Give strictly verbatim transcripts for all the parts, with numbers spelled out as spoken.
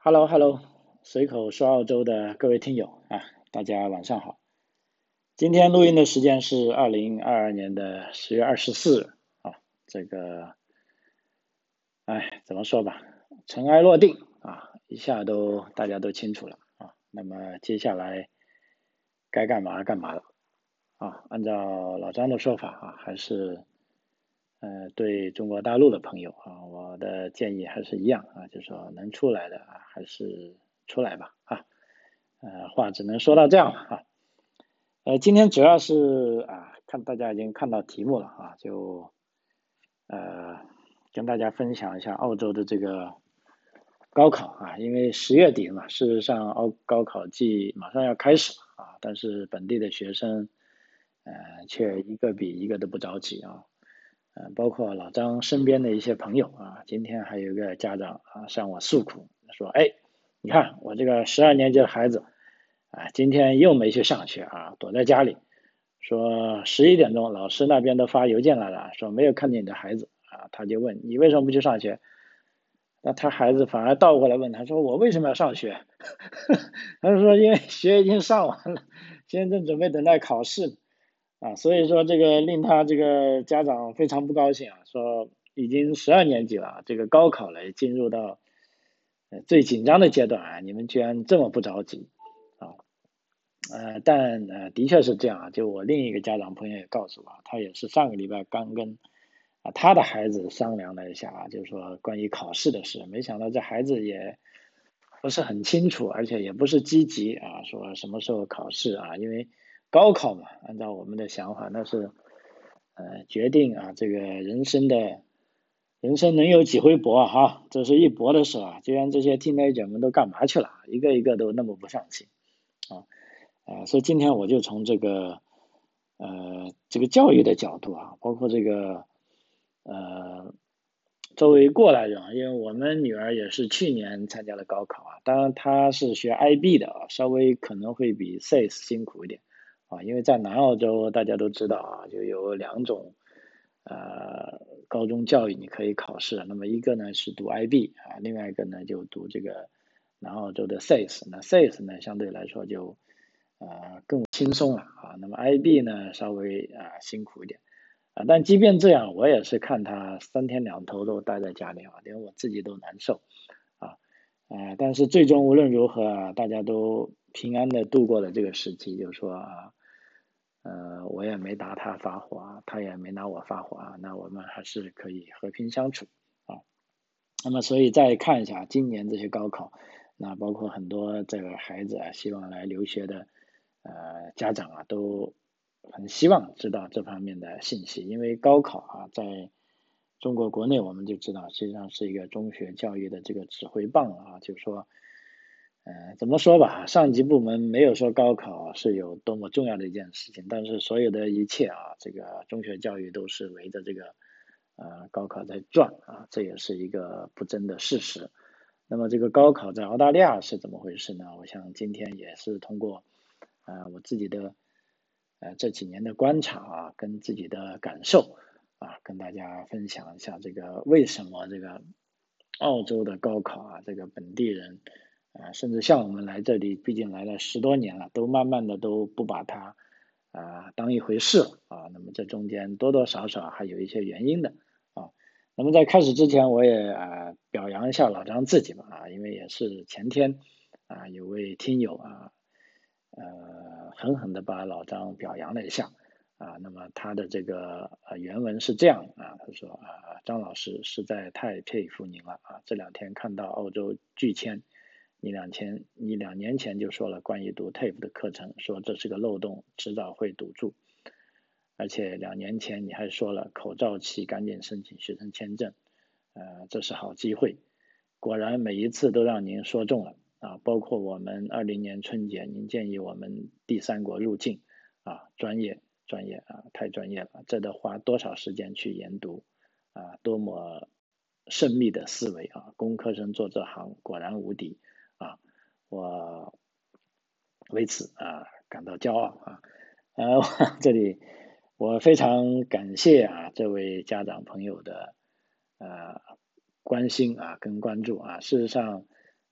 h e l l o h e l l o 随口说澳洲的各位听友啊，大家晚上好。今天录音的时间是二零二二年的十月二十四日啊，这个，哎，怎么说吧，尘埃落定啊，一下都大家都清楚了啊。那么接下来该干嘛干嘛了啊？按照老张的说法啊，还是呃对中国大陆的朋友啊，我的建议还是一样啊，就是说能出来的啊，还是出来吧啊。呃，话只能说到这样了啊。呃，今天主要是啊，看大家已经看到题目了啊，就呃跟大家分享一下澳洲的这个高考啊，因为十月底嘛，事实上澳高考季马上要开始了啊，但是本地的学生呃却一个比一个都不着急啊。呃，包括老张身边的一些朋友啊，今天还有一个家长啊向我诉苦，说，哎，你看我这个十二年级的孩子啊，今天又没去上学啊，躲在家里，说十一点钟老师那边都发邮件来了，说没有看见你的孩子啊，他就问你为什么不去上学？那他孩子反而倒过来问他说我为什么要上学？他说因为学已经上完了，现在正准备等待考试啊，所以说这个令他这个家长非常不高兴啊，说已经十二年级了，这个高考了，进入到呃最紧张的阶段啊，你们居然这么不着急啊？呃，但呃的确是这样啊，就我另一个家长朋友也告诉我，他也是上个礼拜刚跟啊他的孩子商量了一下啊，就是说关于考试的事，没想到这孩子也不是很清楚，而且也不是积极啊，说什么时候考试啊，因为高考嘛，按照我们的想法，那是呃决定啊这个人生的人生能有几回搏啊哈，这是一搏的时候啊，居然这些 teenager 们都干嘛去了，一个一个都那么不上心啊。呃，所以今天我就从这个呃这个教育的角度啊，包括这个呃作为过来人啊，因为我们女儿也是去年参加了高考啊，当然她是学 I B 的啊，稍微可能会比 S A S 辛苦一点啊，因为在南澳洲大家都知道啊，就有两种呃高中教育你可以考试，那么一个呢是读 I B 啊，另外一个呢就读这个南澳洲的 S A S，那 S A S 呢相对来说就呃更轻松了啊，那么 I B 呢稍微啊、呃、辛苦一点啊，但即便这样，我也是看他三天两头都待在家里啊，连我自己都难受啊，呃，但是最终无论如何啊，大家都平安的度过了这个时期，就是说啊，呃，我也没拿他发火啊，他也没拿我发火啊，那我们还是可以和平相处啊。那么，所以再看一下今年这些高考，那包括很多这个孩子啊，希望来留学的呃家长啊，都很希望知道这方面的信息，因为高考啊，在中国国内我们就知道，实际上是一个中学教育的这个指挥棒啊，就是说，呃，怎么说吧，上级部门没有说高考是有多么重要的一件事情，但是所有的一切啊，这个中学教育都是围着这个呃高考在转啊，这也是一个不争的事实。那么这个高考在澳大利亚是怎么回事呢？我想今天也是通过呃我自己的呃这几年的观察啊，跟自己的感受啊，跟大家分享一下这个为什么这个澳洲的高考啊，这个本地人啊，甚至像我们来这里，毕竟来了十多年了，都慢慢的都不把它啊当一回事了啊。那么这中间多多少少还有一些原因的啊。那么在开始之前，我也啊表扬一下老张自己吧啊，因为也是前天啊有位听友啊呃狠狠的把老张表扬了一下啊。那么他的这个呃原文是这样啊，他说啊张老师实在太佩服您了啊，这两天看到澳洲拒签。你两前你两年前就说了关于读 T A F E 的课程，说这是个漏洞，迟早会堵住。而且两年前你还说了口罩期赶紧申请学生签证，呃，这是好机会。果然每一次都让您说中了啊，包括我们二零年春节您建议我们第三国入境啊，专业专业啊，太专业了，这得花多少时间去研读啊，多么缜密的思维啊，工科生做这行果然无敌啊，我为此啊感到骄傲啊。呃，这里我非常感谢啊这位家长朋友的呃关心啊跟关注啊。事实上，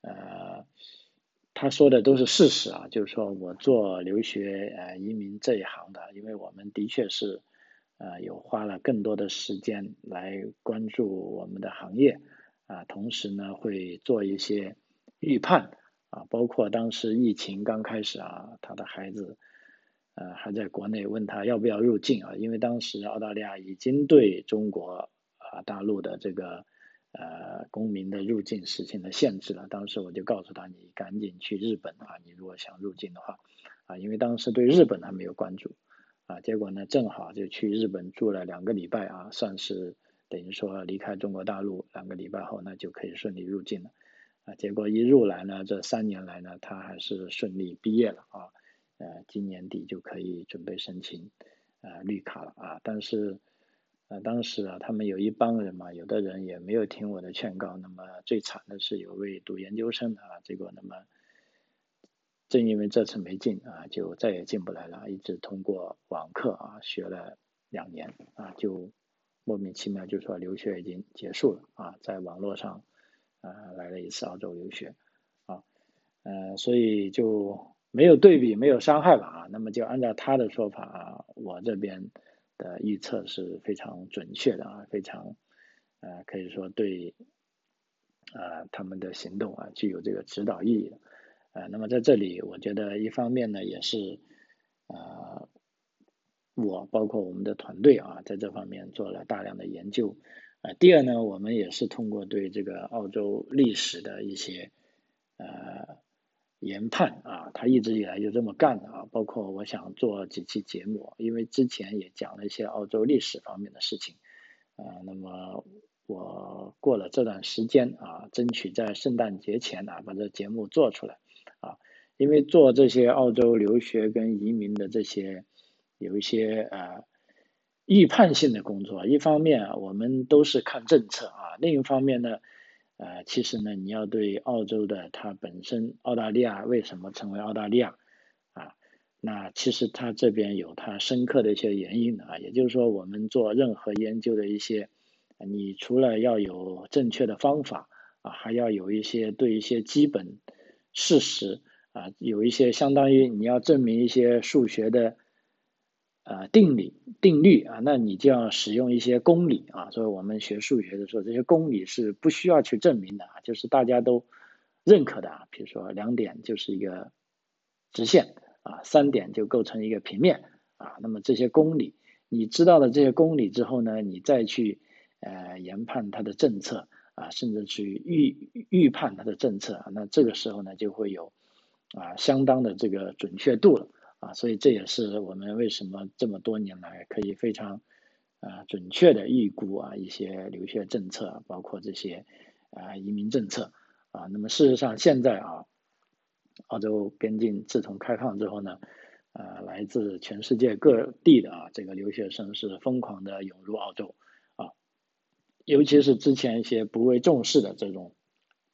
呃，他说的都是事实啊，就是说我做留学呃移民这一行的，因为我们的确是呃有花了更多的时间来关注我们的行业啊，同时呢会做一些预判啊，包括当时疫情刚开始啊，他的孩子呃还在国内问他要不要入境啊，因为当时澳大利亚已经对中国啊大陆的这个呃公民的入境实行了限制了。当时我就告诉他，你赶紧去日本啊，你如果想入境的话啊，因为当时对日本还没有关注啊，结果呢正好就去日本住了两个礼拜啊，算是等于说离开中国大陆两个礼拜后呢就可以顺利入境了啊，结果一入来呢，这三年来呢他还是顺利毕业了啊。呃，今年底就可以准备申请呃绿卡了啊。但是呃当时啊，他们有一帮人嘛，有的人也没有听我的劝告。那么最惨的是有位读研究生啊，结果那么正因为这次没进啊，就再也进不来了，一直通过网课啊学了两年啊，就莫名其妙就说留学已经结束了啊，在网络上啊来了一次澳洲留学啊。呃，所以就没有对比，没有伤害吧啊。那么就按照他的说法啊，我这边的预测是非常准确的啊，非常呃可以说对啊他们的行动啊具有这个指导意义的。呃，那么在这里，我觉得一方面呢，也是呃我包括我们的团队啊，在这方面做了大量的研究。呃，第二呢，我们也是通过对这个澳洲历史的一些呃研判啊，他一直以来就这么干的啊。包括我想做几期节目，因为之前也讲了一些澳洲历史方面的事情啊。那么我过了这段时间啊，争取在圣诞节前啊把这节目做出来啊。因为做这些澳洲留学跟移民的这些有一些呃预判性的工作，一方面啊我们都是看政策啊，另一方面呢，呃其实呢你要对澳洲的它本身澳大利亚为什么成为澳大利亚啊，那其实它这边有它深刻的一些原因啊，也就是说我们做任何研究的一些，你除了要有正确的方法啊，还要有一些对一些基本事实啊，有一些相当于你要证明一些数学的呃定理定律啊，那你就要使用一些公理啊。所以我们学数学的时候，这些公理是不需要去证明的啊，就是大家都认可的啊。比如说两点就是一个直线啊，三点就构成一个平面啊。那么这些公理，你知道了这些公理之后呢，你再去呃研判它的政策啊，甚至去预预判它的政策啊，那这个时候呢就会有啊相当的这个准确度了啊。所以这也是我们为什么这么多年来可以非常啊准确的预估啊一些留学政策，包括这些啊移民政策啊。那么事实上现在啊，澳洲边境自从开放之后呢，呃，来自全世界各地的啊这个留学生是疯狂的涌入澳洲啊，尤其是之前一些不被重视的这种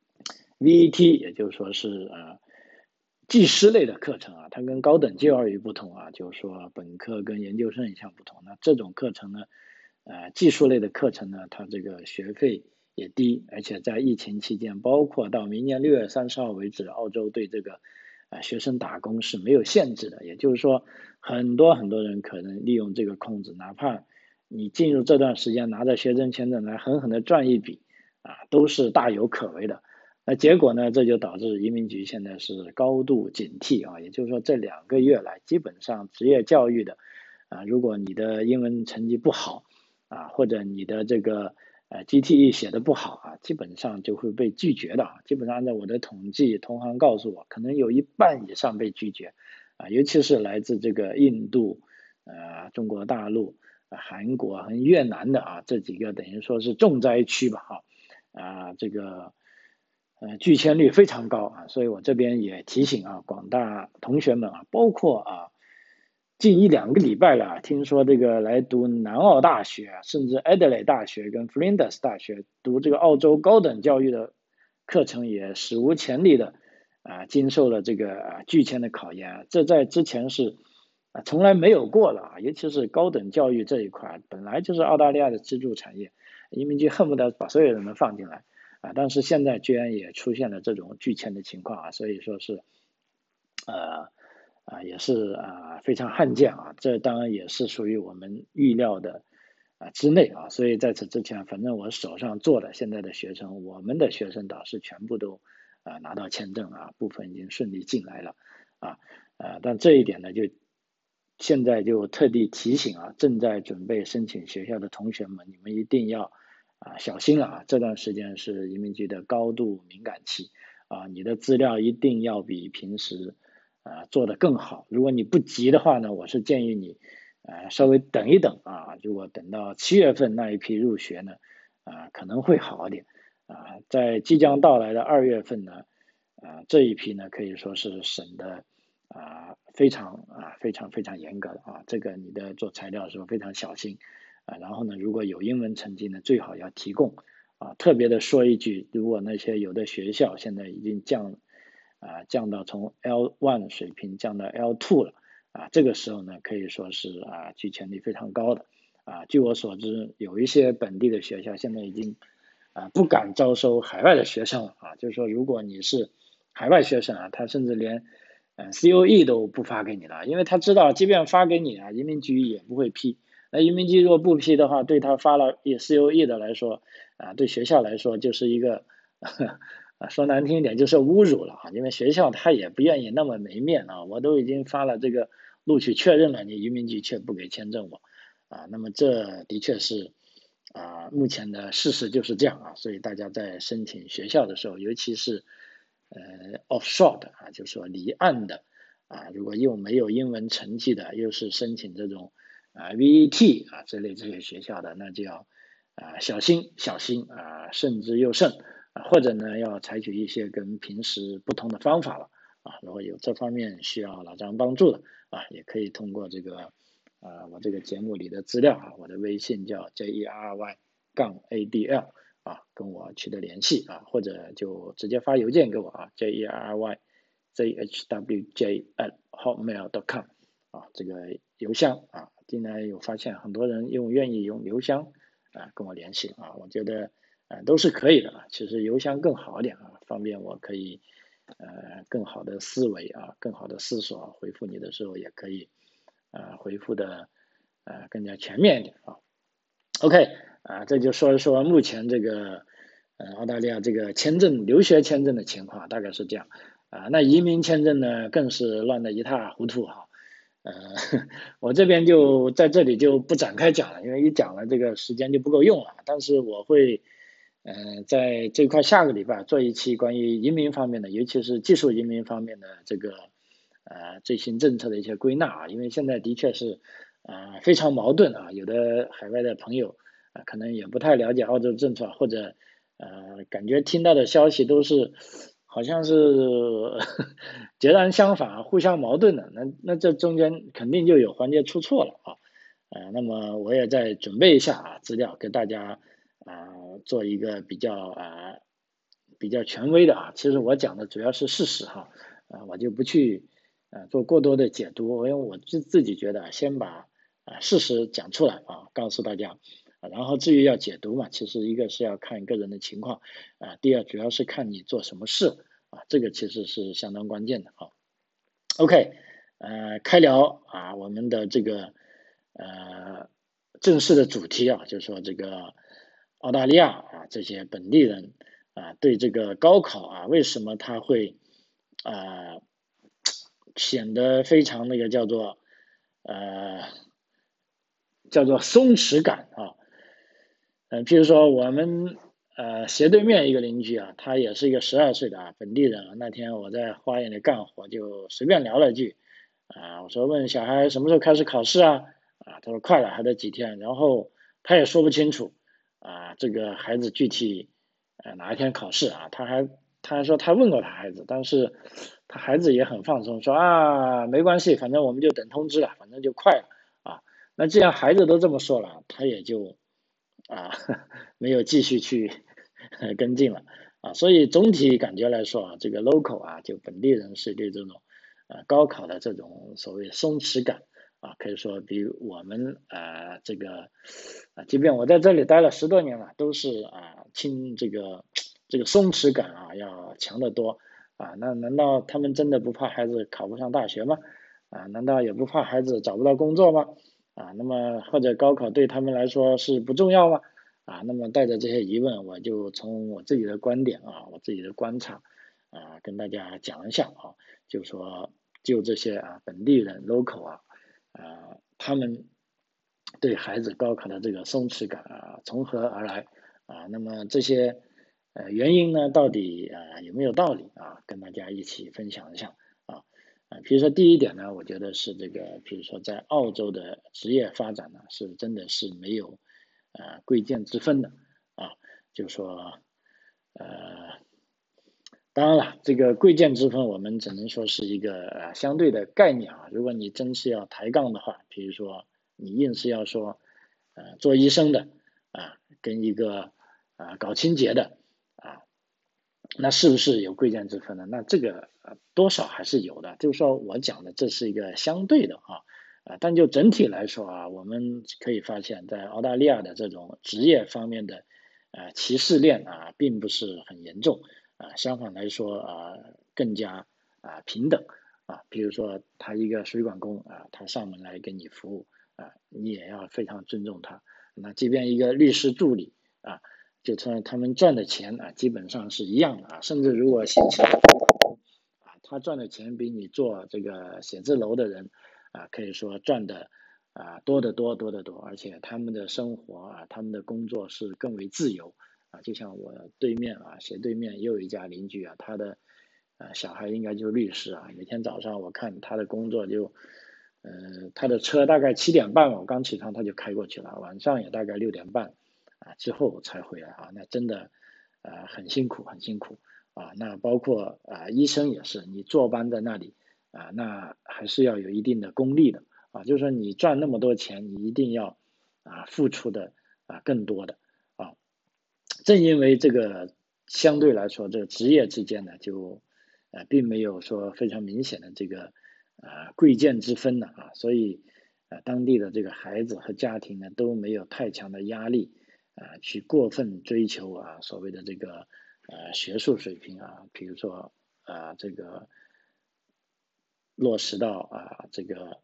V E T，也就是说是呃技师类的课程啊，它跟高等教育不同啊，就是说本科跟研究生一项不同。那这种课程呢，呃，技术类的课程呢，它这个学费也低，而且在疫情期间，包括到明年六月三十号为止，澳洲对这个呃学生打工是没有限制的。也就是说，很多很多人可能利用这个空子，哪怕你进入这段时间拿着学生签证来狠狠的赚一笔啊，都是大有可为的。那结果呢，这就导致移民局现在是高度警惕啊，也就是说这两个月来，基本上职业教育的啊，如果你的英文成绩不好啊，或者你的这个呃 G T E 写的不好啊，基本上就会被拒绝的啊。基本上按照我的统计，同行告诉我，可能有一半以上被拒绝啊，尤其是来自这个印度、呃中国大陆、呃韩国和越南的啊这几个等于说是重灾区吧哈啊这个。呃，拒签率非常高啊，所以我这边也提醒啊，广大同学们啊，包括啊，近一两个礼拜了，听说这个来读南澳大学，甚至 Adelaide 大学跟 Flinders 大学读这个澳洲高等教育的课程，也史无前例的啊，经受了这个啊拒签的考验啊，这在之前是啊从来没有过了啊，尤其是高等教育这一块，本来就是澳大利亚的支柱产业，移民局恨不得把所有人都放进来。 啊，但是现在居然也出现了这种拒签的情况啊，所以说是呃啊也是啊非常罕见啊，这当然也是属于我们预料的啊之内啊，所以在此之前，反正我手上做的现在的学生，我们的学生导师全部都啊拿到签证啊，部分已经顺利进来了啊。呃，但这一点呢，就现在就特地提醒啊，正在准备申请学校的同学们，你们一定要啊小心了啊！这段时间是移民局的高度敏感期啊，你的资料一定要比平时啊做得更好。如果你不急的话呢，我是建议你啊稍微等一等啊，如果等到七月份那一批入学呢，啊可能会好一点啊，在即将到来的二月份呢，啊这一批呢可以说是审的。啊，非常啊，非常非常严格的啊，这个你的做材料的时候非常小心啊。然后呢，如果有英文成绩呢，最好要提供啊。特别的说一句，如果那些有的学校现在已经降啊降到从 L 一 水平降到 L 二 了啊，这个时候呢，可以说是啊拒签率非常高的啊。据我所知，有一些本地的学校现在已经啊不敢招收海外的学生了啊，就是说如果你是海外学生啊，他甚至连嗯，C O E 都不发给你了，因为他知道，即便发给你啊，移民局也不会批。那移民局如果不批的话，对他发了 C O E 的来说，啊，对学校来说就是一个，啊，说难听一点就是侮辱了啊，因为学校他也不愿意那么没面啊，我都已经发了这个录取确认了，你移民局却不给签证我，啊，那么这的确是，啊，目前的事实就是这样啊，所以大家在申请学校的时候，尤其是呃 offshore 的啊，就是说离岸的啊，如果又没有英文成绩的，又是申请这种啊 V E T 啊这类这些学校的，那就要啊小心小心啊，慎之又慎啊，或者呢要采取一些跟平时不同的方法了啊。如果有这方面需要老张帮助的啊，也可以通过这个啊我这个节目里的资料啊，我的微信叫 J E R R Y 杠 A D L。啊，跟我取得联系啊，或者就直接发邮件给我啊，j e r r y z h w j at hotmail dot com 啊，这个邮箱啊，今天有发现很多人用愿意用邮箱啊跟我联系啊，我觉得啊都是可以的啊，其实邮箱更好一点啊，方便我可以呃更好的思维啊，更好的思索，回复你的时候也可以啊回复的呃更加全面一点啊。OK，啊，这就说一说目前这个呃澳大利亚这个签证留学签证的情况，大概是这样啊。那移民签证呢，更是乱得一塌糊涂哈。呃，我这边就在这里就不展开讲了，因为一讲了这个时间就不够用了。但是我会呃在这块下个礼拜做一期关于移民方面的，尤其是技术移民方面的这个呃最新政策的一些归纳啊，因为现在的确是。啊，非常矛盾啊！有的海外的朋友啊，可能也不太了解澳洲政策，或者呃，感觉听到的消息都是好像是截然相反、互相矛盾的。那那这中间肯定就有环节出错了啊！呃，那么我也在准备一下啊资料，给大家啊做一个比较啊比较权威的啊。其实我讲的主要是事实哈，啊，我就不去呃做过多的解读，因为我自自己觉得先把啊，事实讲出来啊，告诉大家啊，然后至于要解读嘛，其实一个是要看个人的情况啊，第二主要是看你做什么事啊，这个其实是相当关键的啊。OK，呃，开聊啊，我们的这个呃正式的主题啊，就是说这个澳大利亚啊这些本地人啊对这个高考啊为什么他会啊显得非常那个叫做呃叫做松弛感啊，嗯、呃，譬如说我们呃斜对面一个邻居啊，他也是一个十二岁的啊本地人啊，那天我在花园里干活，就随便聊了句啊，我说问小孩什么时候开始考试啊？啊，他说快了，还得几天，然后他也说不清楚啊，这个孩子具体呃哪一天考试啊？他还他还说他问过他孩子，但是他孩子也很放松，说啊没关系，反正我们就等通知了，反正就快了啊。那既然孩子都这么说了，他也就啊没有继续去跟进了啊。所以总体感觉来说啊，这个 local 啊，就本地人是对这种呃高考的这种所谓松弛感啊，可以说比我们啊这个啊，即便我在这里待了十多年了，都是啊轻这个这个松弛感啊要强得多啊。那难道他们真的不怕孩子考不上大学吗？啊，难道也不怕孩子找不到工作吗？啊，那么或者高考对他们来说是不重要吗？啊，那么带着这些疑问，我就从我自己的观点啊，我自己的观察啊，跟大家讲一下啊，就说就这些啊本地人 local 啊，啊，他们对孩子高考的这个松弛感啊，从何而来啊？那么这些呃原因呢，到底啊有没有道理啊？跟大家一起分享一下啊。啊，比如说第一点呢，我觉得是这个，比如说在澳洲的职业发展呢，是真的是没有呃贵贱之分的啊，就说呃，当然了，这个贵贱之分我们只能说是一个呃相对的概念啊。如果你真是要抬杠的话，比如说你硬是要说呃做医生的啊，跟一个啊搞清洁的啊。那是不是有贵贱之分呢？那这个呃多少还是有的，就是说我讲的这是一个相对的啊，啊，但就整体来说啊，我们可以发现，在澳大利亚的这种职业方面的呃歧视链啊，并不是很严重啊，相反来说啊，更加啊平等啊。比如说他一个水管工啊，他上门来给你服务啊，你也要非常尊重他。那即便一个律师助理啊。就说他们赚的钱啊，基本上是一样的啊，甚至如果嫌弃啊，他赚的钱比你做这个写字楼的人啊，可以说赚的啊多得多多得多，而且他们的生活啊，他们的工作是更为自由啊，就像我对面啊，斜对面也有一家邻居啊，他的呃小孩应该就是律师啊，每天早上我看他的工作就。呃，他的车大概七点半我刚起床他就开过去了，晚上也大概六点半啊之后才回来啊，那真的呃很辛苦很辛苦啊。那包括啊医生也是，你坐班在那里啊，那还是要有一定的功力的啊，就是说你赚那么多钱，你一定要啊付出的啊更多的啊。正因为这个相对来说，这个职业之间呢，就呃并没有说非常明显的这个啊贵贱之分的啊，所以呃当地的这个孩子和家庭呢都没有太强的压力啊去过分追求啊所谓的这个呃学术水平啊，比如说啊这个落实到啊这个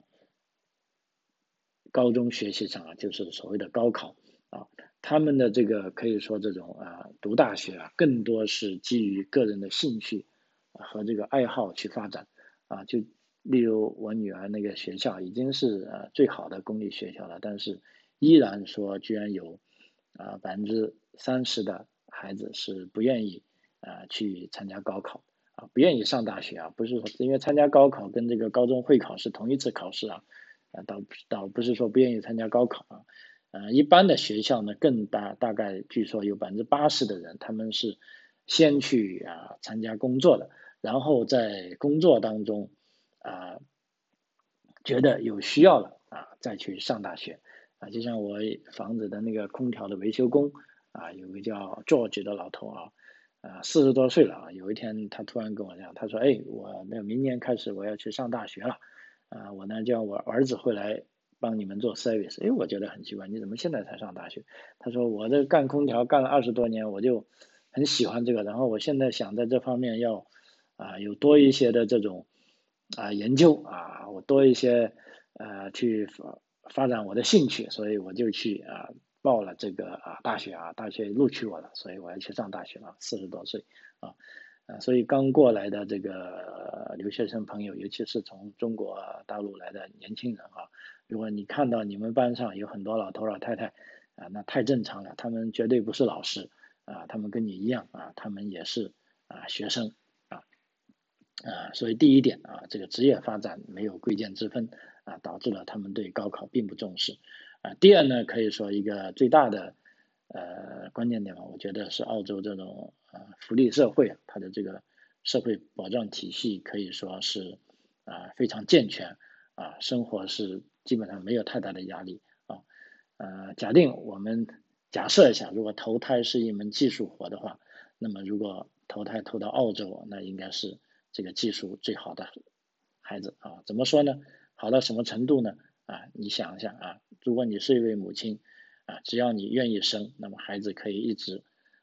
高中学习上啊，就是所谓的高考啊，他们的这个可以说这种啊读大学啊，更多是基于个人的兴趣啊和这个爱好去发展啊。就例如我女儿那个学校已经是呃最好的公立学校了，但是依然说居然有啊百分之三十的孩子是不愿意啊去参加高考啊，不愿意上大学啊，不是说因为参加高考跟这个高中会考是同一次考试啊。啊，倒倒不是说不愿意参加高考啊，呃，一般的学校呢，更大大概据说有百分之八十的人，他们是先去啊参加工作的，然后在工作当中啊觉得有需要了啊再去上大学啊，就像我房子的那个空调的维修工啊，有个叫 George 的老头啊，啊四十多岁了啊，有一天他突然跟我讲，他说，哎，我那明年开始我要去上大学了。啊，我呢叫我儿子会来帮你们做 service，哎，我觉得很奇怪，你怎么现在才上大学？他说我这干空调干了二十多年，我就很喜欢这个，然后我现在想在这方面要啊有多一些的这种啊研究啊，我多一些呃去发发展我的兴趣，所以我就去啊报了这个啊大学啊，大学录取我了，所以我要去上大学了，四十多岁啊。啊，所以刚过来的这个留学生朋友，尤其是从中国大陆来的年轻人啊，如果你看到你们班上有很多老头老太太啊，那太正常了，他们绝对不是老师啊，他们跟你一样啊，他们也是啊学生啊啊，所以第一点啊，这个职业发展没有贵贱之分啊，导致了他们对高考并不重视啊。第二呢，可以说一个最大的呃关键点吧，我觉得是澳洲这种呃福利社会啊，它的这个社会保障体系可以说是啊、非常健全啊，生活是基本上没有太大的压力啊。呃，假定我们假设一下，如果投胎是一门技术活的话，那么如果投胎投到澳洲，那应该是这个技术最好的孩子啊。怎么说呢？好到什么程度呢？啊，你想一下啊，如果你是一位母亲啊，只要你愿意生，那么孩子可以一直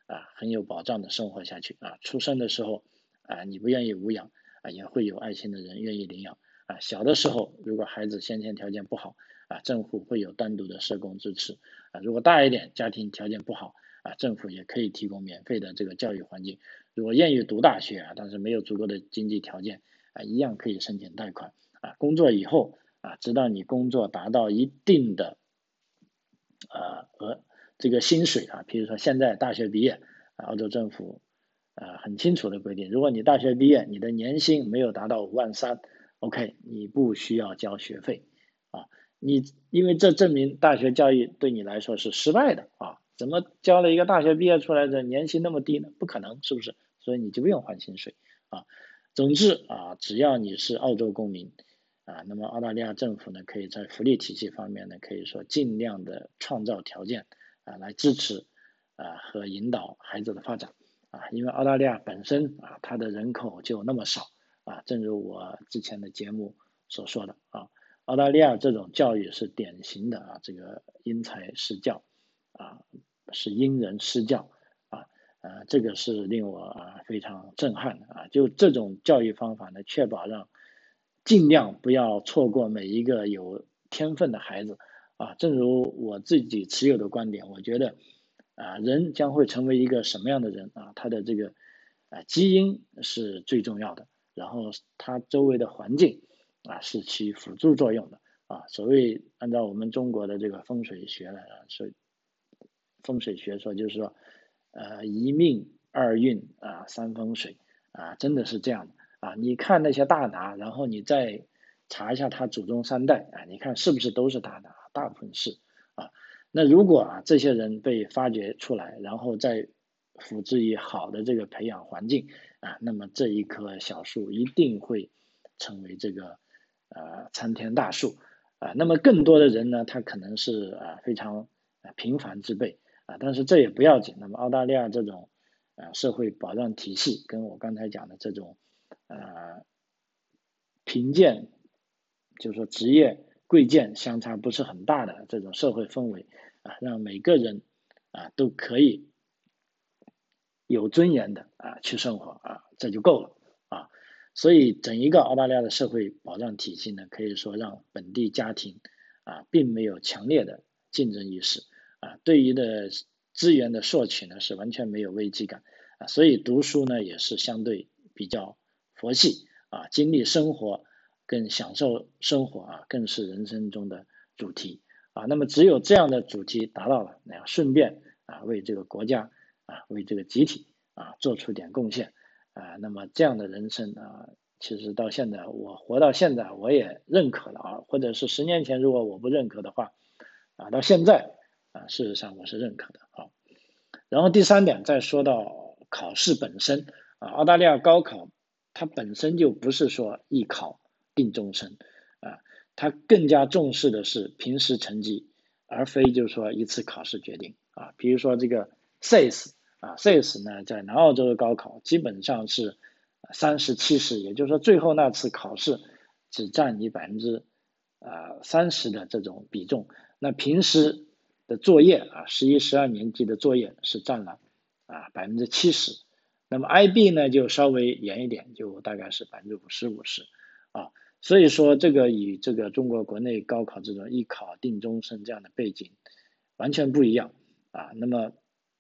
啊很有保障的生活下去啊。出生的时候啊你不愿意抚养啊，也会有爱心的人愿意领养啊。小的时候如果孩子先天条件不好啊，政府会有单独的社工支持啊。如果大一点，家庭条件不好啊，政府也可以提供免费的这个教育环境。如果愿意读大学啊，但是没有足够的经济条件啊，一样可以申请贷款啊。工作以后啊，直到你工作达到一定的呃额这个薪水啊，比如说现在大学毕业，啊澳洲政府呃很清楚的规定，如果你大学毕业，你的年薪没有达到五万三，OK，你不需要交学费啊。你因为这证明大学教育对你来说是失败的啊，怎么教了一个大学毕业出来的年薪那么低呢？不可能，是不是？所以你就不用还薪水啊。总之啊，只要你是澳洲公民啊，那么澳大利亚政府呢，可以在福利体系方面呢，可以说尽量的创造条件啊，来支持啊和引导孩子的发展啊。因为澳大利亚本身啊，它的人口就那么少啊，正如我之前的节目所说的啊。澳大利亚这种教育是典型的啊，这个因材施教啊，是因人施教啊，呃，这个是令我啊非常震撼的啊。就这种教育方法呢，确保让尽量不要错过每一个有天分的孩子啊。正如我自己持有的观点，我觉得啊，人将会成为一个什么样的人啊，他的这个啊基因是最重要的，然后他周围的环境。啊，是起辅助作用的啊。所谓按照我们中国的这个风水学来说，风水学说就是说，呃，一命二运啊，三风水啊，真的是这样的啊。你看那些大拿，然后你再查一下他祖宗三代啊，你看是不是都是大拿？大部分是啊。那如果啊这些人被发掘出来，然后再辅之以好的这个培养环境啊，那么这一棵小树一定会成为这个呃参天大树啊。那么更多的人呢，他可能是啊非常平凡之辈啊，但是这也不要紧。那么澳大利亚这种呃社会保障体系，跟我刚才讲的这种呃贫贱，就是说职业贵贱相差不是很大的这种社会氛围啊，让每个人啊都可以有尊严的啊去生活啊，这就够了啊。所以整一个澳大利亚的社会保障体系呢，可以说让本地家庭啊并没有强烈的竞争意识啊，对于的资源的索取呢是完全没有危机感啊，所以读书呢也是相对比较佛系啊，经历生活更享受生活啊，更是人生中的主题啊。那么只有这样的主题达到了，那样顺便啊为这个国家啊为这个集体啊做出点贡献啊，那么这样的人生啊，其实到现在我活到现在我也认可了啊，或者是十年前如果我不认可的话啊，到现在啊事实上我是认可的啊。然后第三点再说到考试本身啊，澳大利亚高考它本身就不是说一考定终身啊，它更加重视的是平时成绩，而非就是说一次考试决定啊。比如说这个 S A S 啊，S A S 呢在南澳洲的高考基本上是三十七十，也就是说最后那次考试只占你百分之呃三十的这种比重，那平时的作业啊，十一、十二年级的作业是占了啊百分之七十，那么 I B 呢就稍微严一点，就大概是百分之五十五十啊。所以说这个与这个中国国内高考这种一考定终身这样的背景完全不一样啊。那么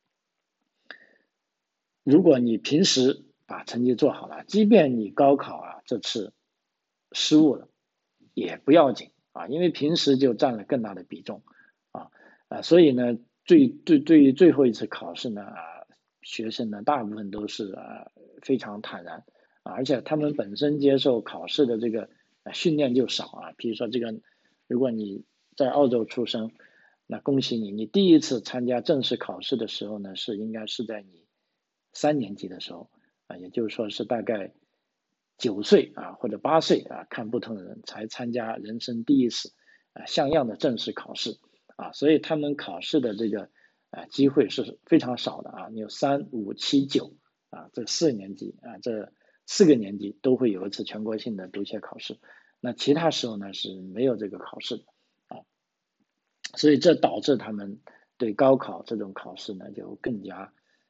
如果你平时把成绩做好了，即便你高考啊这次失误了也不要紧啊，因为平时就占了更大的比重啊啊，所以呢，最对对于最后一次考试呢啊，学生呢大部分都是啊非常坦然啊，而且他们本身接受考试的这个啊训练就少啊，比如说这个，如果你在澳洲出生，那恭喜你，你第一次参加正式考试的时候呢，是应该是在你三年级的时候啊，也就是说是大概九岁啊或者八岁啊，看不同的人才参加人生第一次啊像样的正式考试啊，所以他们考试的这个啊机会是非常少的啊，你有三五七九啊这四年级啊这四个年级都会有一次全国性的读写考试，那其他时候呢是没有这个考试的啊，所以这导致他们对高考这种考试呢就更加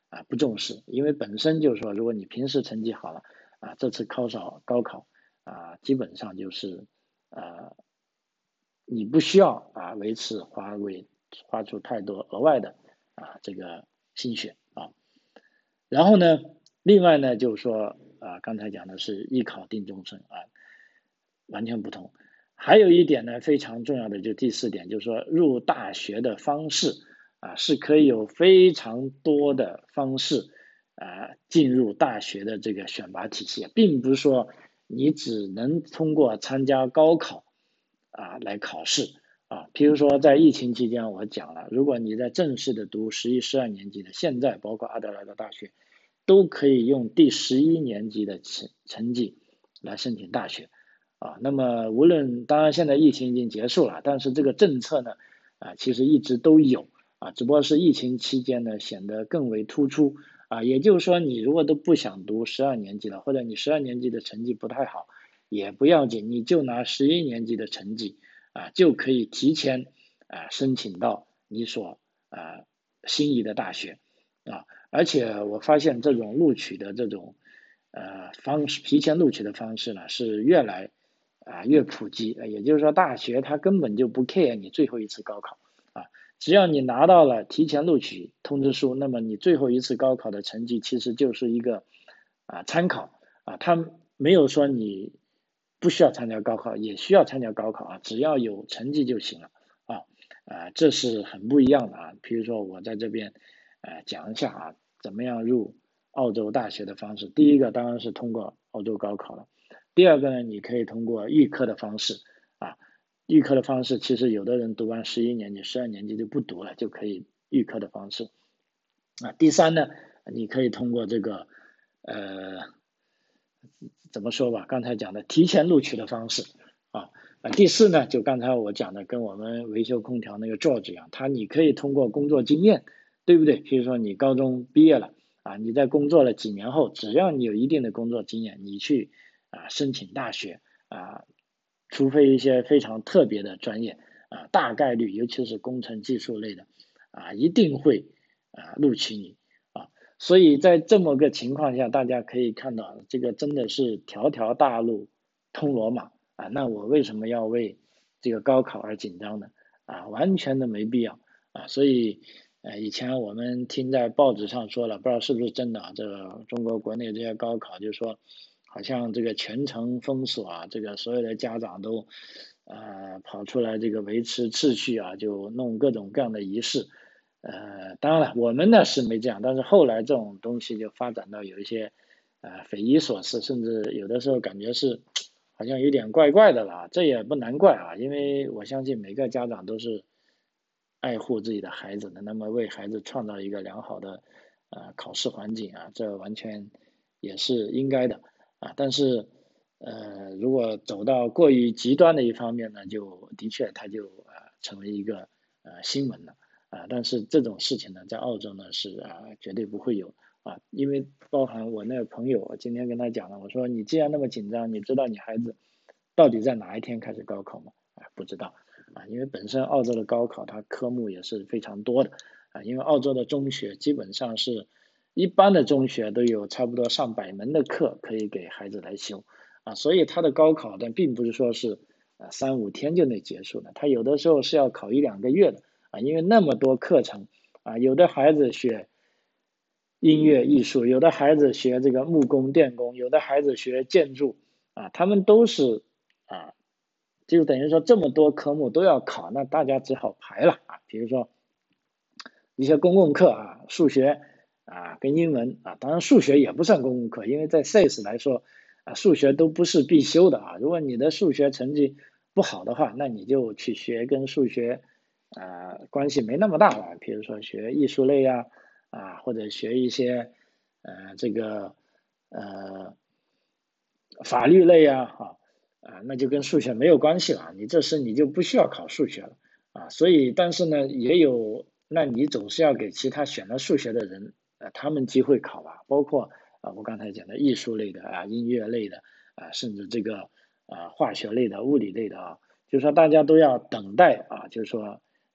啊不重视，因为本身就是说，如果你平时成绩好了啊，这次考考高考啊，基本上就是呃你不需要啊为此花为花出太多额外的啊这个心血啊。然后呢，另外呢就是说啊，刚才讲的是艺考定终身啊，完全不同。还有一点呢，非常重要的就第四点，就是说入大学的方式啊，是可以有非常多的方式啊进入大学的这个选拔体系，并不是说你只能通过参加高考啊来考试啊。譬如说在疫情期间，我讲了，如果你在正式的读十一、十二年级的，现在包括阿德莱德大学，都可以用第十一年级的成成绩来申请大学。啊，那么无论当然现在疫情已经结束了，但是这个政策呢，啊其实一直都有啊，只不过是疫情期间呢显得更为突出啊。也就是说，你如果都不想读十二年级了，或者你十二年级的成绩不太好，也不要紧，你就拿十一年级的成绩啊，就可以提前啊申请到你所啊心仪的大学啊。而且我发现这种录取的这种呃方式，提前录取的方式呢是越来啊越普及，也就是说大学它根本就不 care 你最后一次高考啊，只要你拿到了提前录取通知书，那么你最后一次高考的成绩其实就是一个啊参考啊，他没有说你不需要参加高考，也需要参加高考啊，只要有成绩就行了啊啊，这是很不一样的啊。比如说我在这边呃讲一下啊，怎么样入澳洲大学的方式。第一个当然是通过澳洲高考了。第二个呢，你可以通过预科的方式啊，预科的方式其实有的人读完十一年级、十二年级就不读了，就可以预科的方式啊。第三呢，你可以通过这个呃怎么说吧，刚才讲的提前录取的方式啊啊。第四呢，就刚才我讲的，跟我们维修空调那个 George 一样，他你可以通过工作经验，对不对？比如说你高中毕业了啊，你在工作了几年后，只要你有一定的工作经验，你去啊申请大学啊，除非一些非常特别的专业啊，大概率尤其是工程技术类的啊，一定会啊录取你啊。所以在这么个情况下，大家可以看到，这个真的是条条大路通罗马啊。那我为什么要为这个高考而紧张呢？啊，完全的没必要啊。所以呃，以前我们听在报纸上说了，不知道是不是真的啊？这个中国国内这些高考，就是说好像这个全城封锁啊，这个所有的家长都呃跑出来这个维持秩序啊，就弄各种各样的仪式。呃，当然了，我们呢是没这样，但是后来这种东西就发展到有一些呃匪夷所思，甚至有的时候感觉是好像有点怪怪的了。这也不难怪啊，因为我相信每个家长都是爱护自己的孩子的，那么为孩子创造一个良好的呃考试环境啊，这完全也是应该的啊。但是呃，如果走到过于极端的一方面呢，就的确它就呃成为一个呃新闻了。啊，但是这种事情呢，在澳洲呢是啊绝对不会有啊，因为包含我那个朋友，我今天跟他讲了，我说你既然那么紧张，你知道你孩子到底在哪一天开始高考吗？啊，不知道啊，因为本身澳洲的高考它科目也是非常多的啊，因为澳洲的中学基本上是一般的中学都有差不多上百门的课可以给孩子来修啊，所以他的高考呢，并不是说是呃三五天就能结束的，他有的时候是要考一两个月的。啊，因为那么多课程啊，有的孩子学音乐艺术，有的孩子学这个木工电工，有的孩子学建筑啊，他们都是啊，就等于说这么多科目都要考，那大家只好排了啊。比如说一些公共课啊，数学啊跟英文啊，当然数学也不算公共课，因为在 S A S 来说啊，数学都不是必修的啊。如果你的数学成绩不好的话，那你就去学跟数学啊、呃关系没那么大了，比如说学艺术类呀啊，或者学一些呃这个呃法律类呀哈啊，那就跟数学没有关系了，你这时你就不需要考数学了啊。所以但是呢，也有，那你总是要给其他选了数学的人呃他们机会考吧，包括啊我刚才讲的艺术类的啊音乐类的啊，甚至这个啊化学类的物理类的啊。就是说大家都要等待啊，就是说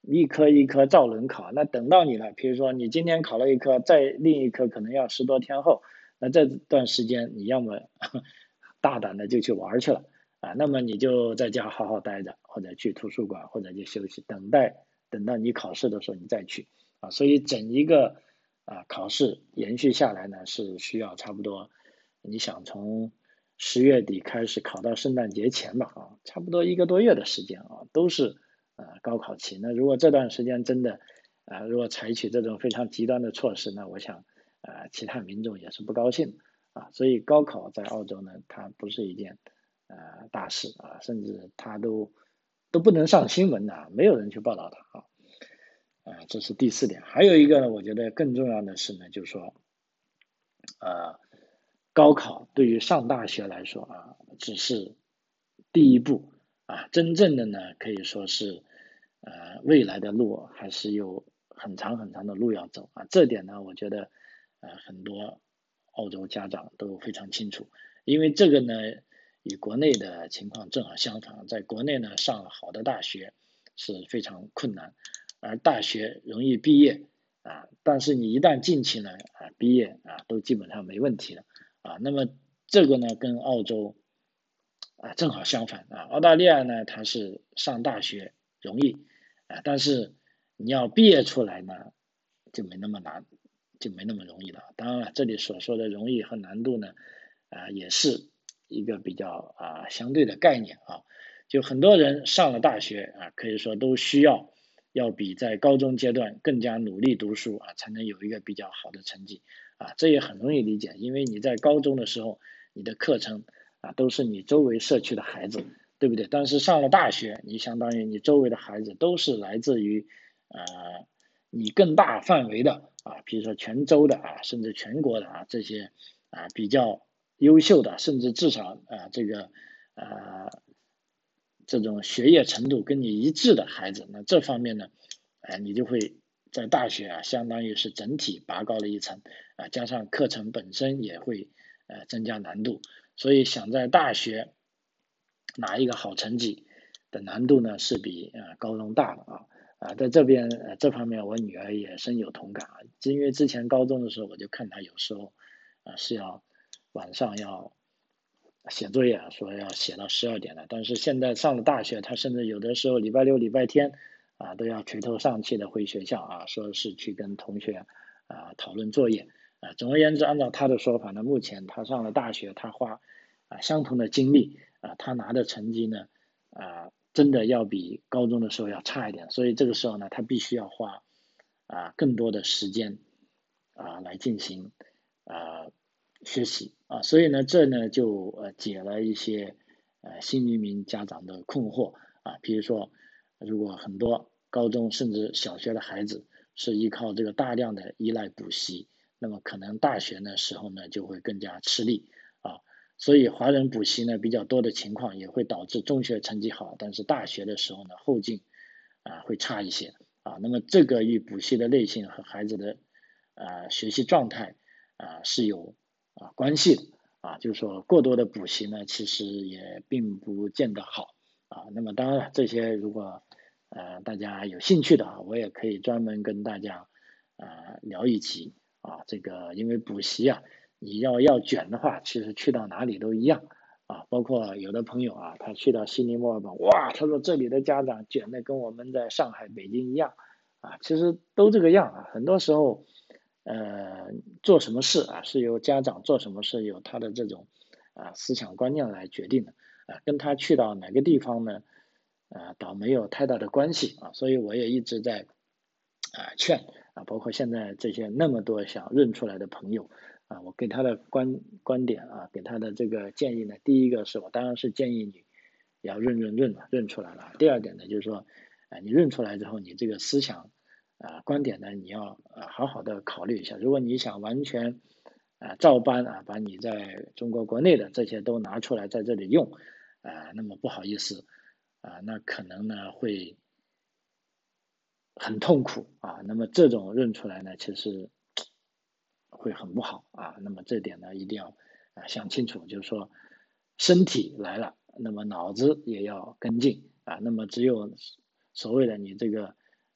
一科一科照轮考，那等到你了，比如说你今天考了一科，再另一科可能要十多天后，那这段时间你要么大胆的就去玩去了啊，那么你就在家好好待着，或者去图书馆，或者就休息，等待等到你考试的时候你再去啊，所以整一个啊考试延续下来呢，是需要差不多，你想从十月底开始考到圣诞节前吧啊，差不多一个多月的时间啊，都是啊高考期。那如果这段时间真的啊，如果采取这种非常极端的措施呢，我想啊其他民众也是不高兴啊，所以高考在澳洲呢，它不是一件呃大事啊，甚至它都都不能上新闻的，没有人去报道它啊。啊，这是第四点。还有一个呢，我觉得更重要的是呢，就是说，呃，高考对于上大学来说啊，只是第一步啊，真正的呢，可以说是，呃，未来的路还是有很长很长的路要走啊。这点呢，我觉得，呃，很多澳洲家长都非常清楚，因为这个呢，与国内的情况正好相反，在国内呢，上了好的大学是非常困难。而大学容易毕业啊，但是你一旦进去呢啊，毕业啊都基本上没问题了啊。那么这个呢跟澳洲啊正好相反啊，澳大利亚呢它是上大学容易啊，但是你要毕业出来呢就没那么难，就没那么容易了。当然了，这里所说的容易和难度呢啊也是一个比较啊相对的概念啊。就很多人上了大学啊，可以说都需要要比在高中阶段更加努力读书啊，才能有一个比较好的成绩啊，这也很容易理解，因为你在高中的时候，你的课程啊都是你周围社区的孩子，对不对？但是上了大学，你相当于你周围的孩子都是来自于呃你更大范围的啊，比如说全州的啊，甚至全国的啊这些啊比较优秀的，甚至至少啊这个呃这种学业程度跟你一致的孩子，那这方面呢，哎，你就会在大学啊，相当于是整体拔高了一层啊，加上课程本身也会呃增加难度，所以想在大学拿一个好成绩的难度呢，是比呃高中大的啊啊，在这边呃这方面我女儿也深有同感啊，因为之前高中的时候我就看她有时候啊是要晚上要写作业啊，说要写到十二点的，但是现在上了大学，他甚至有的时候礼拜六、礼拜天啊都要垂头丧气的回学校啊，说是去跟同学啊讨论作业啊。总而言之，按照他的说法呢，目前他上了大学，他花啊相同的精力啊，他拿的成绩呢啊真的要比高中的时候要差一点，所以这个时候呢，他必须要花啊更多的时间啊来进行啊学习啊，所以呢，这呢就呃解了一些呃新移民家长的困惑啊，比如说，如果很多高中甚至小学的孩子是依靠这个大量的依赖补习，那么可能大学的时候呢就会更加吃力啊，所以华人补习呢比较多的情况也会导致中学成绩好，但是大学的时候呢后劲啊会差一些啊，那么这个与补习的类型和孩子的啊学习状态啊是有啊关系的啊，就是说过多的补习呢，其实也并不见得好啊。那么当然了，这些如果呃大家有兴趣的啊，我也可以专门跟大家啊聊一集啊。这个因为补习啊，你要要卷的话，其实去到哪里都一样啊。包括有的朋友啊，他去到悉尼、墨尔本，哇，他说这里的家长卷的跟我们在上海、北京一样啊，其实都这个样啊。很多时候。呃，做什么事啊，是由家长做什么事，由他的这种啊思想观念来决定的啊，跟他去到哪个地方呢，啊，倒没有太大的关系啊，所以我也一直在啊劝啊，包括现在这些那么多想认出来的朋友啊，我给他的观观点啊，给他的这个建议呢，第一个是我当然是建议你要认认认了，认出来了。第二点呢，就是说，啊，你认出来之后，你这个思想。啊，观点呢，你要啊好好的考虑一下。如果你想完全啊照搬啊，把你在中国国内的这些都拿出来在这里用啊，那么不好意思啊，那可能呢会很痛苦啊。那么这种认出来呢，其实会很不好啊。那么这点呢，一定要啊想清楚，就是说身体来了，那么脑子也要跟进啊。那么只有所谓的你这个。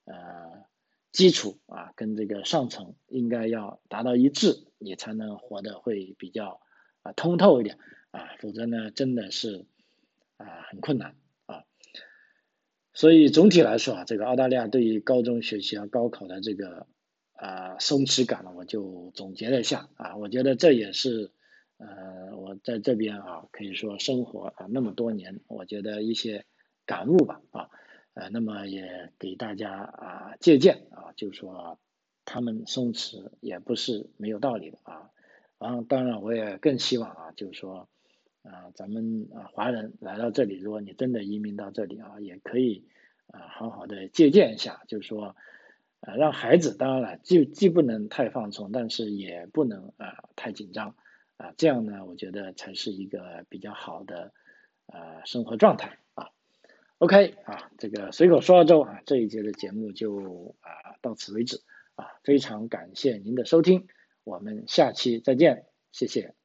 呃基础啊跟这个上层应该要达到一致，你才能活得会比较啊通透一点啊，否则呢真的是啊很困难啊。所以总体来说啊，这个澳大利亚对于高中学习和高考的这个啊、松弛感呢，我就总结了一下啊，我觉得这也是呃我在这边啊可以说生活啊那么多年，我觉得一些感悟吧啊，呃那么也给大家啊借鉴啊，就是说他们松弛也不是没有道理的啊，然后当然我也更希望啊，就是说。啊，咱们啊华人来到这里，如果你真的移民到这里啊，也可以啊好好的借鉴一下，就是说，啊让孩子当然了，既既不能太放松，但是也不能啊太紧张啊，这样呢，我觉得才是一个比较好的呃生活状态啊。OK 啊，这个随口说澳洲啊，这一节的节目就啊到此为止啊，非常感谢您的收听，我们下期再见，谢谢。